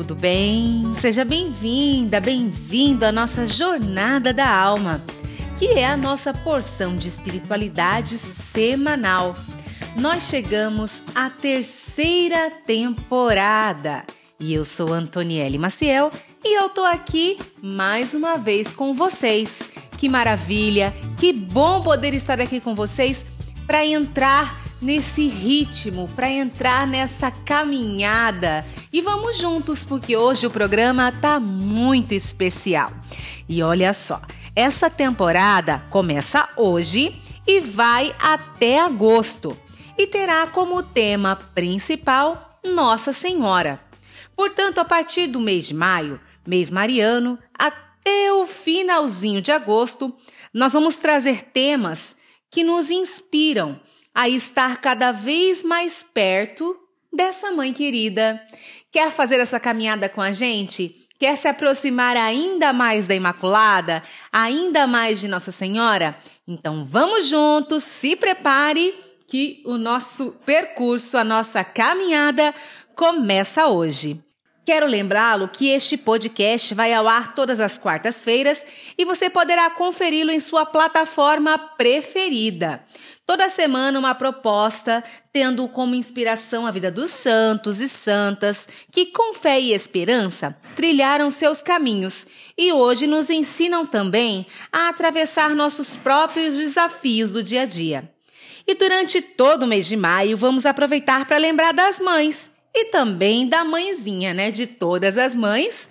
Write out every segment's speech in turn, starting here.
tudo bem? Seja bem-vinda, bem-vindo à nossa Jornada da Alma, que é a nossa porção de espiritualidade semanal. Nós chegamos à 3ª temporada e eu sou Antoniele Maciel e eu tô aqui mais uma vez com vocês. Que maravilha, que bom poder estar aqui com vocês para entrar nesse ritmo, para entrar nessa caminhada. E vamos juntos, porque hoje o programa tá muito especial. E olha só, essa temporada começa hoje e vai até agosto. E terá como tema principal Nossa Senhora. Portanto, a partir do mês de maio, mês mariano, até o finalzinho de agosto, nós vamos trazer temas que nos inspiram a estar cada vez mais perto dessa mãe querida. Quer fazer essa caminhada com a gente? Quer se aproximar ainda mais da Imaculada? Ainda mais de Nossa Senhora? Então vamos juntos, se prepare que o nosso percurso, a nossa caminhada começa hoje. Quero lembrá-lo que este podcast vai ao ar todas as quartas-feiras e você poderá conferi-lo em sua plataforma preferida. Toda semana uma proposta tendo como inspiração a vida dos santos e santas que, com fé e esperança, trilharam seus caminhos e hoje nos ensinam também a atravessar nossos próprios desafios do dia a dia. E durante todo o mês de maio vamos aproveitar para lembrar das mães. E também da mãezinha, né? De todas as mães,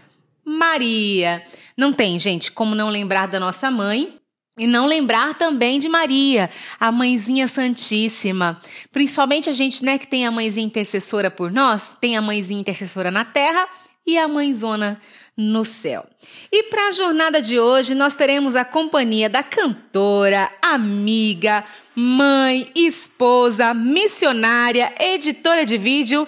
Maria. Não tem, gente, como não lembrar da nossa mãe e não lembrar também de Maria, a mãezinha santíssima. Principalmente a gente, né, que tem a mãezinha intercessora por nós, tem a mãezinha intercessora na terra e a mãezona no céu. E para a jornada de hoje, nós teremos a companhia da cantora, amiga, mãe, esposa, missionária, editora de vídeo,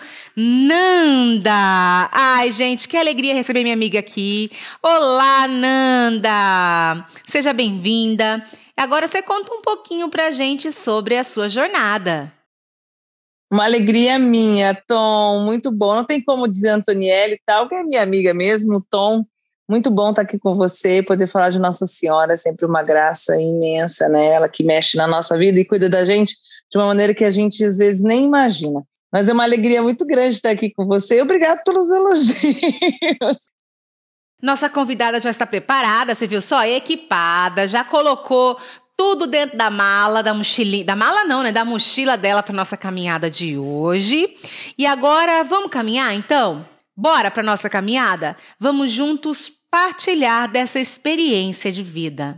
Nanda. Ai, gente, que alegria receber minha amiga aqui. Olá, Nanda. Seja bem-vinda. Agora você conta um pouquinho pra gente sobre a sua jornada. Uma alegria minha, Tom, muito bom. Não tem como dizer Antoniele e tal, que é minha amiga mesmo, Tom. Muito bom estar aqui com você, poder falar de Nossa Senhora, sempre uma graça imensa, né? Ela que mexe na nossa vida e cuida da gente de uma maneira que a gente às vezes nem imagina. Mas é uma alegria muito grande estar aqui com você. Obrigado pelos elogios. Nossa convidada já está preparada, você viu só? Equipada, já colocou tudo dentro da mala, da mochilinha, da mala não, né? Da mochila dela para nossa caminhada de hoje. E agora, vamos caminhar então? Bora para nossa caminhada? Vamos juntos partilhar dessa experiência de vida.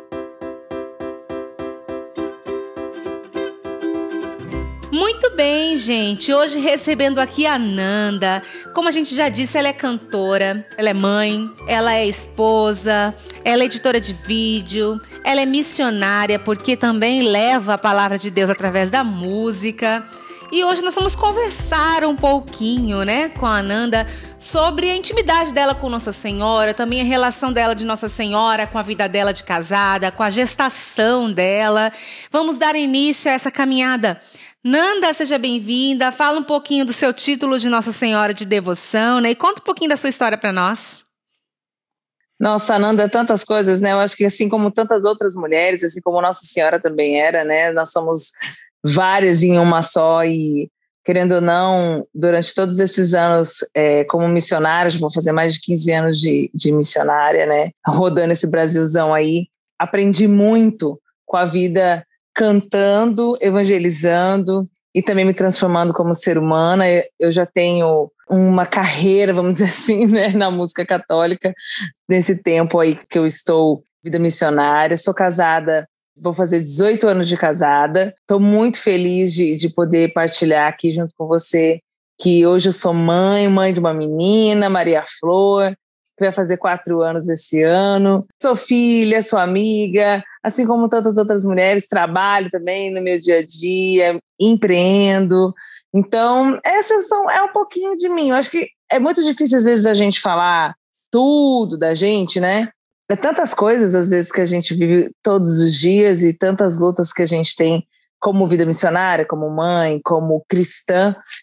Muito bem, gente. Hoje recebendo aqui a Nanda. Como a gente já disse, ela é cantora, ela é mãe, ela é esposa, ela é editora de vídeo, ela é missionária porque também leva a palavra de Deus através da música. E hoje nós vamos conversar um pouquinho, né, com a Nanda sobre a intimidade dela com Nossa Senhora, também a relação dela de Nossa Senhora com a vida dela de casada, com a gestação dela. Vamos dar início a essa caminhada. Nanda, seja bem-vinda. Fala um pouquinho do seu título de Nossa Senhora de devoção, né? E conta um pouquinho da sua história para nós. Nossa, Nanda, tantas coisas, né? Eu acho que assim como tantas outras mulheres, assim como Nossa Senhora também era, né? Nós somos várias em uma só e, querendo ou não, durante todos esses anos como missionária, já vou fazer mais de 15 anos de missionária, né? Rodando esse Brasilzão aí, aprendi muito com a vida cantando, evangelizando e também me transformando como ser humana. Eu já tenho uma carreira, vamos dizer assim, né, na música católica, nesse tempo aí que eu estou vida missionária. Sou casada, vou fazer 18 anos de casada. Estou muito feliz de poder partilhar aqui junto com você que hoje eu sou mãe de uma menina, Maria Flor, que vai fazer 4 anos esse ano. Sou filha, sou amiga, assim como tantas outras mulheres, trabalho também no meu dia a dia, empreendo. Então, é um pouquinho de mim. Eu acho que é muito difícil, às vezes, a gente falar tudo da gente, né? É tantas coisas, às vezes, que a gente vive todos os dias e tantas lutas que a gente tem como vida missionária, como mãe, como cristã.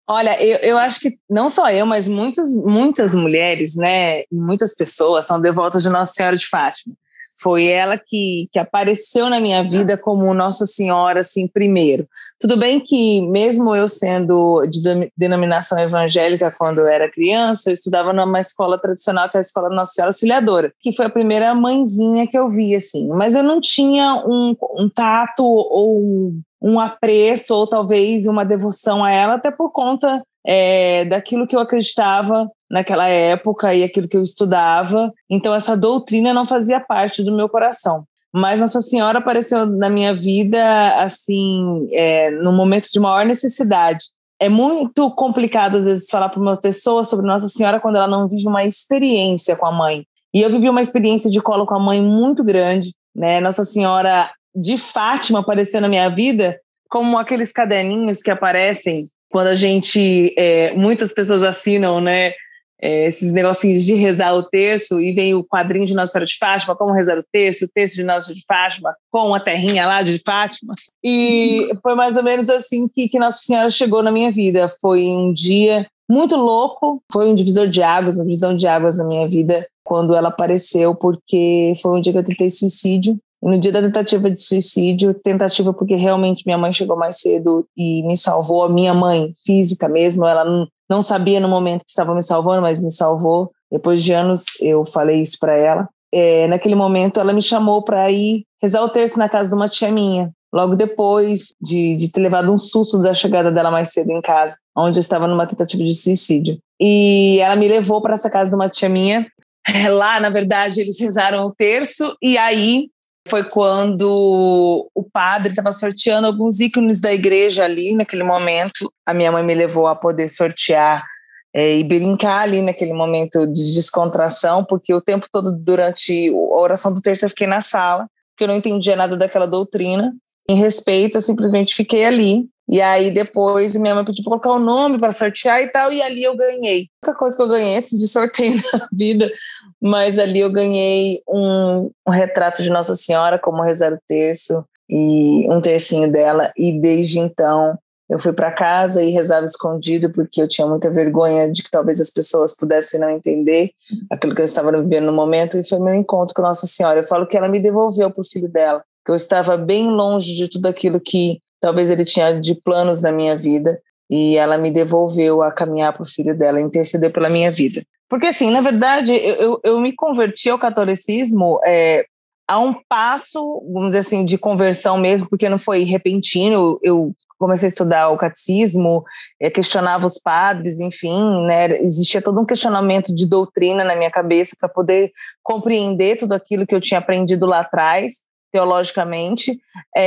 Olha, eu acho que não só eu, mas muitas mulheres, né, e muitas pessoas são devotas de Nossa Senhora de Fátima. Foi ela que apareceu na minha vida como Nossa Senhora, assim, primeiro. Tudo bem que, mesmo eu sendo de denominação evangélica quando eu era criança, eu estudava numa escola tradicional, que é a Escola Nossa Senhora Auxiliadora, que foi a primeira mãezinha que eu vi, assim. Mas eu não tinha um tato ou um apreço ou talvez uma devoção a ela, até por conta daquilo que eu acreditava naquela época e aquilo que eu estudava. Então essa doutrina não fazia parte do meu coração. Mas Nossa Senhora apareceu na minha vida assim, no momento de maior necessidade. É muito complicado às vezes falar para uma pessoa sobre Nossa Senhora quando ela não vive uma experiência com a mãe. E eu vivi uma experiência de colo com a mãe muito grande, né? Nossa Senhora de Fátima apareceu na minha vida como aqueles caderninhos que aparecem quando a gente, muitas pessoas assinam, né, esses negocinhos de rezar o terço e vem o quadrinho de Nossa Senhora de Fátima, como rezar o texto de Nossa Senhora de Fátima, com a terrinha lá de Fátima. E foi mais ou menos assim que Nossa Senhora chegou na minha vida. Foi um dia muito louco, foi um divisor de águas, uma divisão de águas na minha vida quando ela apareceu, porque foi um dia que eu tentei suicídio. E no dia da tentativa de suicídio, tentativa porque realmente minha mãe chegou mais cedo e me salvou, a minha mãe física mesmo, ela não sabia no momento que estava me salvando, mas me salvou. Depois de anos eu falei isso para ela. Naquele momento ela me chamou para ir rezar o terço na casa de uma tia minha, logo depois de ter levado um susto da chegada dela mais cedo em casa, onde eu estava numa tentativa de suicídio. E ela me levou para essa casa de uma tia minha. Lá, na verdade, eles rezaram o terço e aí foi quando o padre estava sorteando alguns ícones da igreja ali naquele momento. A minha mãe me levou a poder sortear e brincar ali naquele momento de descontração, porque o tempo todo durante a oração do terço eu fiquei na sala, porque eu não entendia nada daquela doutrina. Em respeito, eu simplesmente fiquei ali. E aí depois minha mãe pediu para colocar o nome para sortear e tal, e ali eu ganhei. A única coisa que eu ganhei de sorteio na vida, mas ali eu ganhei um retrato de Nossa Senhora, como rezar o terço, e um tercinho dela, e desde então eu fui para casa e rezava escondido, porque eu tinha muita vergonha de que talvez as pessoas pudessem não entender aquilo que eu estava vivendo no momento, e foi meu encontro com Nossa Senhora. Eu falo que ela me devolveu para o filho dela, que eu estava bem longe de tudo aquilo que talvez ele tinha de planos na minha vida, e ela me devolveu a caminhar para o filho dela, interceder pela minha vida. Porque, assim, na verdade, eu me converti ao catolicismo a um passo, vamos dizer assim, de conversão mesmo, porque não foi repentino. Eu comecei a estudar o catecismo, questionava os padres, enfim, né, existia todo um questionamento de doutrina na minha cabeça para poder compreender tudo aquilo que eu tinha aprendido lá atrás, teologicamente,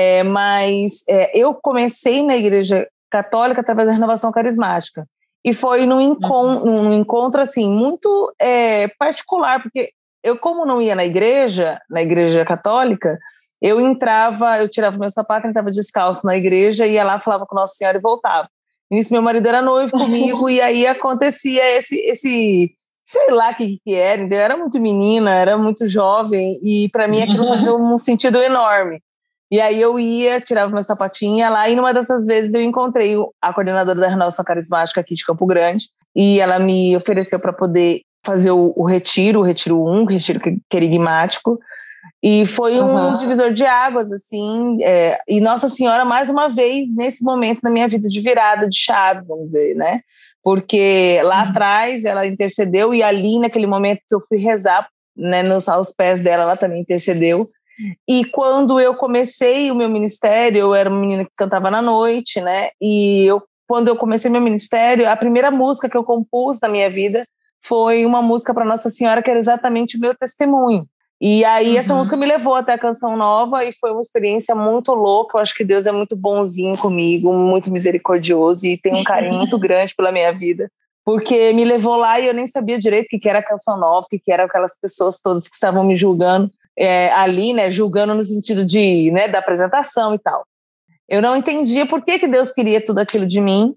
mas eu comecei na Igreja Católica através da renovação carismática. E foi num encontro assim, muito particular, porque eu, como não ia na igreja católica, eu tirava meu sapato, entrava descalço na igreja, ia lá, falava com Nossa Senhora e voltava. E nisso meu marido era noivo comigo, e aí acontecia esse sei lá o que era, eu era muito menina, era muito jovem, e para mim aquilo fazia um sentido enorme. E aí eu ia, tirava meu sapatinho, ia lá, e numa dessas vezes eu encontrei a coordenadora da Renovação Carismática aqui de Campo Grande, e ela me ofereceu para poder fazer o retiro 1, o retiro querigmático, e foi um divisor de águas, assim, e Nossa Senhora, mais uma vez, nesse momento na minha vida de virada, de chave, vamos dizer, né? Porque lá atrás ela intercedeu, e ali, naquele momento que eu fui rezar, né, aos pés dela, ela também intercedeu. E quando eu comecei o meu ministério, eu era uma menina que cantava na noite, né? E quando eu comecei meu ministério, a primeira música que eu compus na minha vida foi uma música para Nossa Senhora, que era exatamente o meu testemunho. E aí essa música me levou até a Canção Nova, e foi uma experiência muito louca. Eu acho que Deus é muito bonzinho comigo, muito misericordioso, e tem um carinho muito grande pela minha vida, porque me levou lá e eu nem sabia direito o que era a Canção Nova, o que eram aquelas pessoas todas que estavam me julgando ali, né, julgando no sentido de, né, da apresentação e tal. Eu não entendia por que Deus queria tudo aquilo de mim,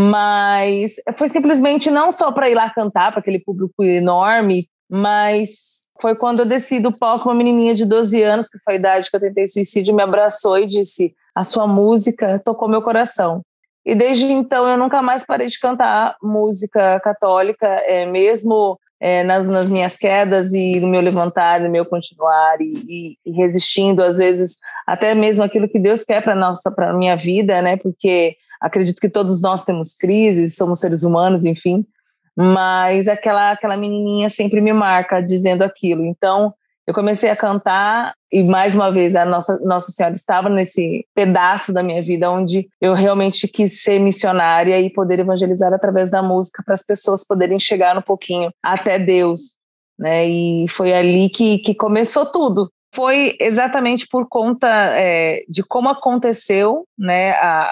mas foi simplesmente não só para ir lá cantar para aquele público enorme, mas foi quando eu desci do palco, uma menininha de 12 anos, que foi a idade que eu tentei suicídio, me abraçou e disse: a sua música tocou meu coração. E desde então eu nunca mais parei de cantar música católica, mesmo nas minhas quedas e no meu levantar, no meu continuar e resistindo às vezes até mesmo aquilo que Deus quer para minha vida, né? Porque acredito que todos nós temos crises, somos seres humanos, enfim. Mas aquela menininha sempre me marca dizendo aquilo. Então eu comecei a cantar e, mais uma vez, a Nossa Senhora estava nesse pedaço da minha vida onde eu realmente quis ser missionária e poder evangelizar através da música para as pessoas poderem chegar um pouquinho até Deus, né? E foi ali que começou tudo. Foi exatamente por conta de como aconteceu, né,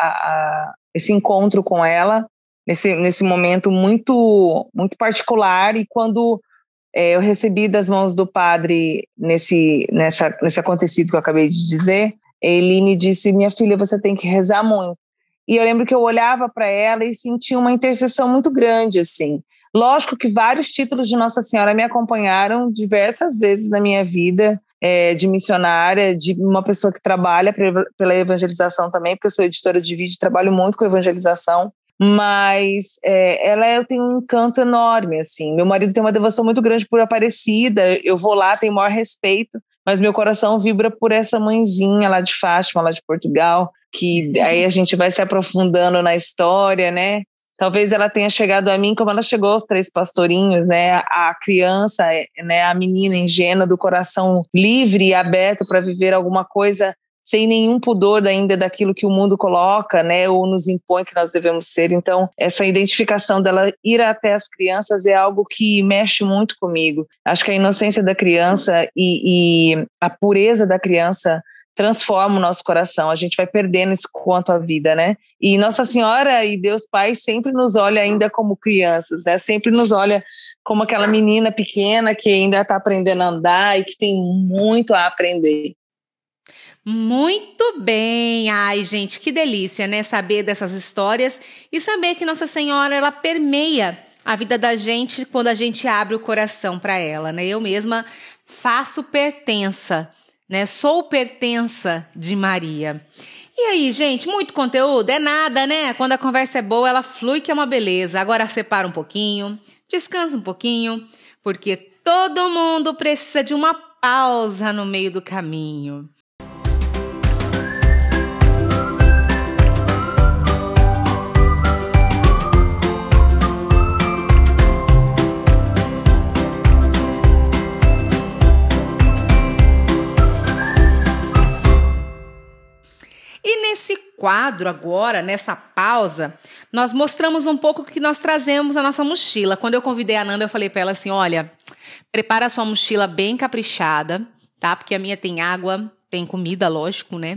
esse encontro com ela, nesse momento muito, muito particular, e quando eu recebi das mãos do padre nesse acontecido que eu acabei de dizer, ele me disse: minha filha, você tem que rezar muito. E eu lembro que eu olhava para ela e sentia uma intercessão muito grande, assim. Lógico que vários títulos de Nossa Senhora me acompanharam diversas vezes na minha vida, de missionária, de uma pessoa que trabalha pela evangelização também, porque eu sou editora de vídeo, trabalho muito com evangelização. Mas eu tenho um encanto enorme, assim. Meu marido tem uma devoção muito grande por Aparecida, eu vou lá, tenho o maior respeito, mas meu coração vibra por essa mãezinha lá de Fátima, lá de Portugal, que aí a gente vai se aprofundando na história, né? Talvez ela tenha chegado a mim como ela chegou aos 3 pastorinhos, né? A criança, né? A menina ingênua do coração livre e aberto para viver alguma coisa sem nenhum pudor ainda daquilo que o mundo coloca, né, ou nos impõe que nós devemos ser. Então, essa identificação dela ir até as crianças é algo que mexe muito comigo. Acho que a inocência da criança e a pureza da criança transforma o nosso coração. A gente vai perdendo isso quanto à vida, né? E Nossa Senhora e Deus Pai sempre nos olha ainda como crianças, né? Sempre nos olha como aquela menina pequena que ainda está aprendendo a andar e que tem muito a aprender. Muito bem! Ai, gente, que delícia, né? Saber dessas histórias e saber que Nossa Senhora, ela permeia a vida da gente quando a gente abre o coração para ela, né? Eu mesma faço pertença, né? Sou pertença de Maria. E aí, gente, muito conteúdo? É nada, né? Quando a conversa é boa, ela flui que é uma beleza. Agora separa um pouquinho, descansa um pouquinho, porque todo mundo precisa de uma pausa no meio do caminho. E nesse quadro agora, nessa pausa, nós mostramos um pouco o que nós trazemos na nossa mochila. Quando eu convidei a Nanda, eu falei para ela assim, olha, prepara a sua mochila bem caprichada, tá? Porque a minha tem água, tem comida, lógico, né?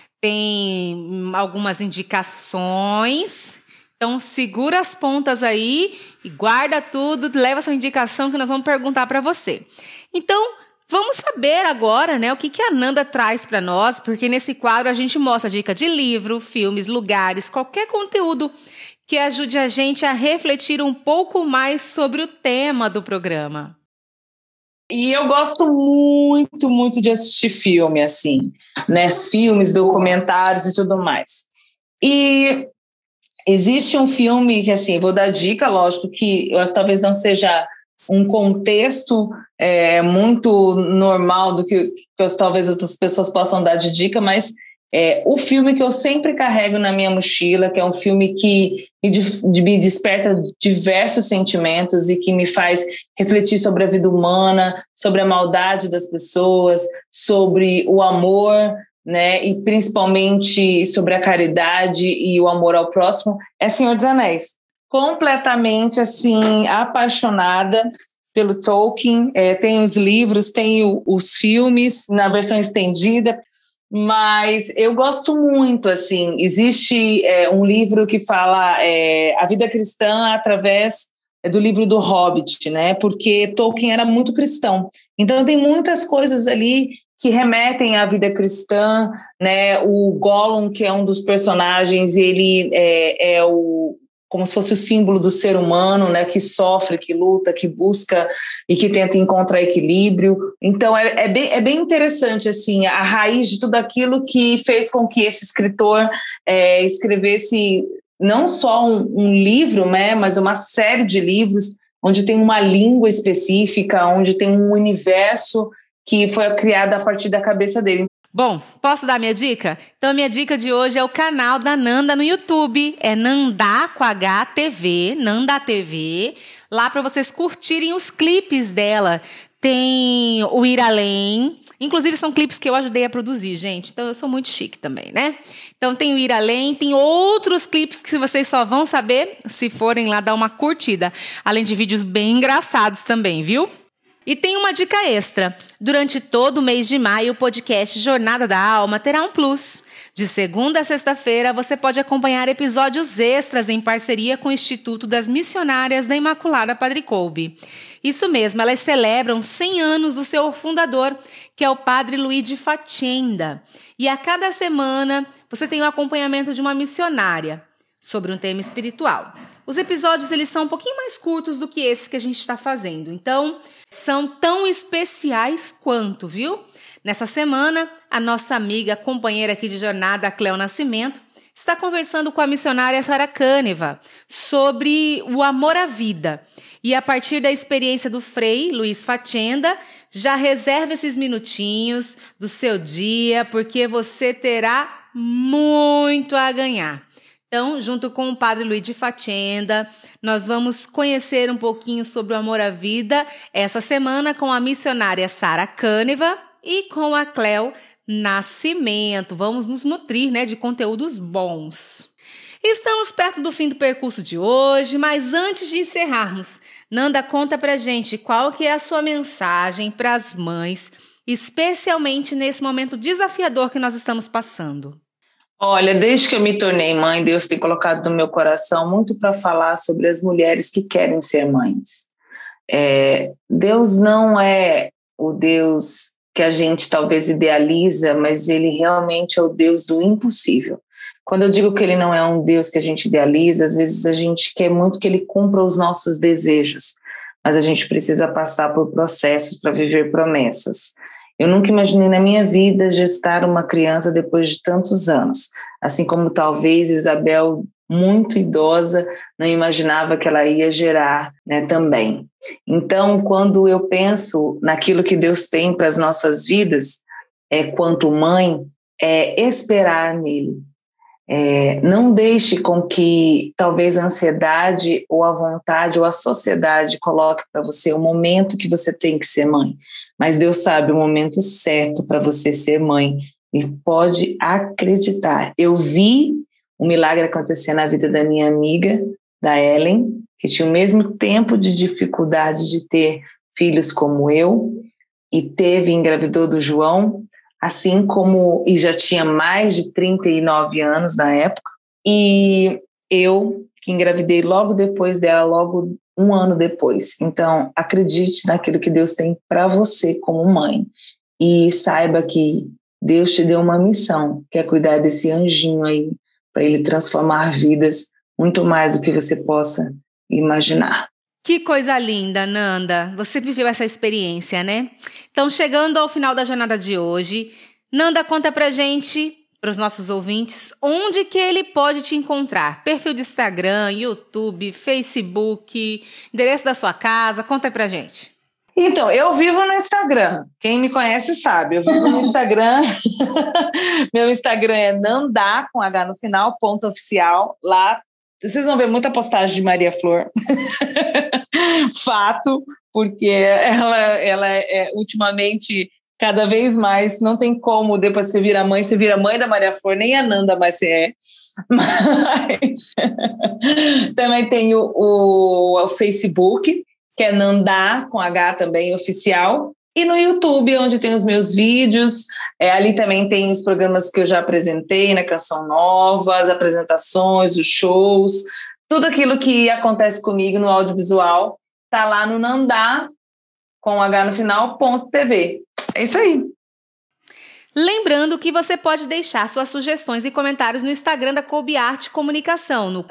Tem algumas indicações. Então, segura as pontas aí e guarda tudo, leva a sua indicação que nós vamos perguntar para você. Então, vamos saber agora, né, o que a Nanda traz para nós, porque nesse quadro a gente mostra dica de livro, filmes, lugares, qualquer conteúdo que ajude a gente a refletir um pouco mais sobre o tema do programa. E eu gosto muito, muito de assistir filme, assim, né, filmes, documentários e tudo mais. E existe um filme que, assim, vou dar dica, lógico que talvez não seja um contexto muito normal do que talvez outras pessoas possam dar de dica, mas o filme que eu sempre carrego na minha mochila, que é um filme que me desperta diversos sentimentos e que me faz refletir sobre a vida humana, sobre a maldade das pessoas, sobre o amor, né, e principalmente sobre a caridade e o amor ao próximo, é Senhor dos Anéis. Completamente, assim, apaixonada pelo Tolkien. Tem os livros, tem os filmes na versão estendida, mas eu gosto muito, assim, existe um livro que fala a vida cristã através do livro do Hobbit, né, porque Tolkien era muito cristão, então tem muitas coisas ali que remetem à vida cristã, né, o Gollum, que é um dos personagens, ele como se fosse o símbolo do ser humano, né, que sofre, que luta, que busca e que tenta encontrar equilíbrio. Então, é bem interessante, assim, a raiz de tudo aquilo que fez com que esse escritor escrevesse não só um livro, né, mas uma série de livros onde tem uma língua específica, onde tem um universo que foi criado a partir da cabeça dele. Bom, posso dar minha dica? Então, a minha dica de hoje é o canal da Nanda no YouTube. É Nanda com H TV, Nanda TV. Lá para vocês curtirem os clipes dela. Tem o Ir Além. Inclusive, são clipes que eu ajudei a produzir, gente. Então, eu sou muito chique também, né? Então, tem o Ir Além. Tem outros clipes que vocês só vão saber se forem lá dar uma curtida. Além de vídeos bem engraçados também, viu? E tem uma dica extra. Durante todo o mês de maio, o podcast Jornada da Alma terá um plus. De segunda a sexta-feira, você pode acompanhar episódios extras em parceria com o Instituto das Missionárias da Imaculada Padre Kolbe. Isso mesmo, elas celebram 100 anos do seu fundador, que é o Padre Luigi Facenda. E a cada semana, você tem o acompanhamento de uma missionária sobre um tema espiritual. Os episódios, eles são um pouquinho mais curtos do que esses que a gente está fazendo. Então, são tão especiais quanto, viu? Nessa semana, a nossa amiga, companheira aqui de jornada, a Cléo Nascimento, está conversando com a missionária Sara Câneva sobre o amor à vida. E a partir da experiência do Frei Luiz Facenda, já reserva esses minutinhos do seu dia, porque você terá muito a ganhar. Então, junto com o Padre Luigi Facenda, nós vamos conhecer um pouquinho sobre o amor à vida essa semana com a missionária Sara Câneva e com a Cléo Nascimento. Vamos nos nutrir, né, de conteúdos bons. Estamos perto do fim do percurso de hoje, mas antes de encerrarmos, Nanda, conta pra gente qual que é a sua mensagem para as mães, especialmente nesse momento desafiador que nós estamos passando. Olha, desde que eu me tornei mãe, Deus tem colocado no meu coração muito para falar sobre as mulheres que querem ser mães. Deus não é o Deus que a gente talvez idealiza, mas Ele realmente é o Deus do impossível. Quando eu digo que Ele não é um Deus que a gente idealiza, às vezes a gente quer muito que Ele cumpra os nossos desejos, mas a gente precisa passar por processos para viver promessas. Eu nunca imaginei na minha vida gestar uma criança depois de tantos anos, assim como talvez Isabel, muito idosa, não imaginava que ela ia gerar, né, também. Então, quando eu penso naquilo que Deus tem para as nossas vidas, quanto mãe, é esperar nele. Não deixe com que talvez a ansiedade ou a vontade ou a sociedade coloque para você o momento que você tem que ser mãe. Mas Deus sabe o momento certo para você ser mãe e pode acreditar. Eu vi um milagre acontecer na vida da minha amiga, da Ellen, que tinha o mesmo tempo de dificuldade de ter filhos como eu e engravidou do João, assim como, e já tinha mais de 39 anos na época, e eu que engravidei logo depois dela, logo um ano depois. Então, acredite naquilo que Deus tem para você como mãe e saiba que Deus te deu uma missão, que é cuidar desse anjinho aí, para ele transformar vidas muito mais do que você possa imaginar. Que coisa linda, Nanda. Você viveu essa experiência, né? Então, chegando ao final da jornada de hoje, Nanda, conta pra gente, para os nossos ouvintes, onde que ele pode te encontrar? Perfil de Instagram, YouTube, Facebook, endereço da sua casa, conta aí pra gente. Então, eu vivo no Instagram. Quem me conhece sabe, eu vivo no Instagram. Meu Instagram é Nanda, com H no final, _oficial. Lá vocês vão ver muita postagem de Maria Flor. Fato, porque ela é ultimamente cada vez mais, não tem como depois você vira mãe da Maria Flor, nem a Nanda mais você é. Mas também tem o Facebook, que é Nanda, com H também, oficial. E no YouTube, onde tem os meus vídeos, ali também tem os programas que eu já apresentei na Canção Nova, as apresentações, os shows, tudo aquilo que acontece comigo no audiovisual, tá lá no Nanda, com H no final, .tv. É isso aí. Lembrando que você pode deixar suas sugestões e comentários no Instagram da Kolbe Arte Comunicação, no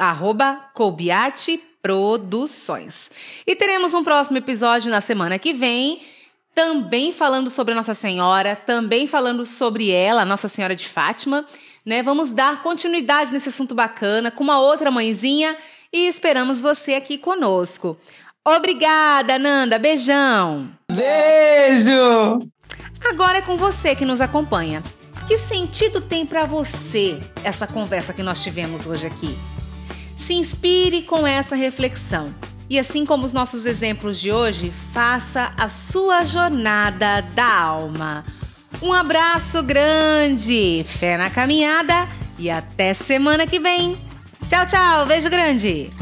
@KolbeArteProduções. E teremos um próximo episódio na semana que vem, também falando sobre Nossa Senhora, também falando sobre ela, Nossa Senhora de Fátima, né? Vamos dar continuidade nesse assunto bacana com uma outra mãezinha e esperamos você aqui conosco. Obrigada, Nanda. Beijão. Beijo! Agora é com você que nos acompanha. Que sentido tem para você essa conversa que nós tivemos hoje aqui? Se inspire com essa reflexão. E assim como os nossos exemplos de hoje, faça a sua jornada da alma. Um abraço grande, fé na caminhada e até semana que vem. Tchau, tchau, beijo grande!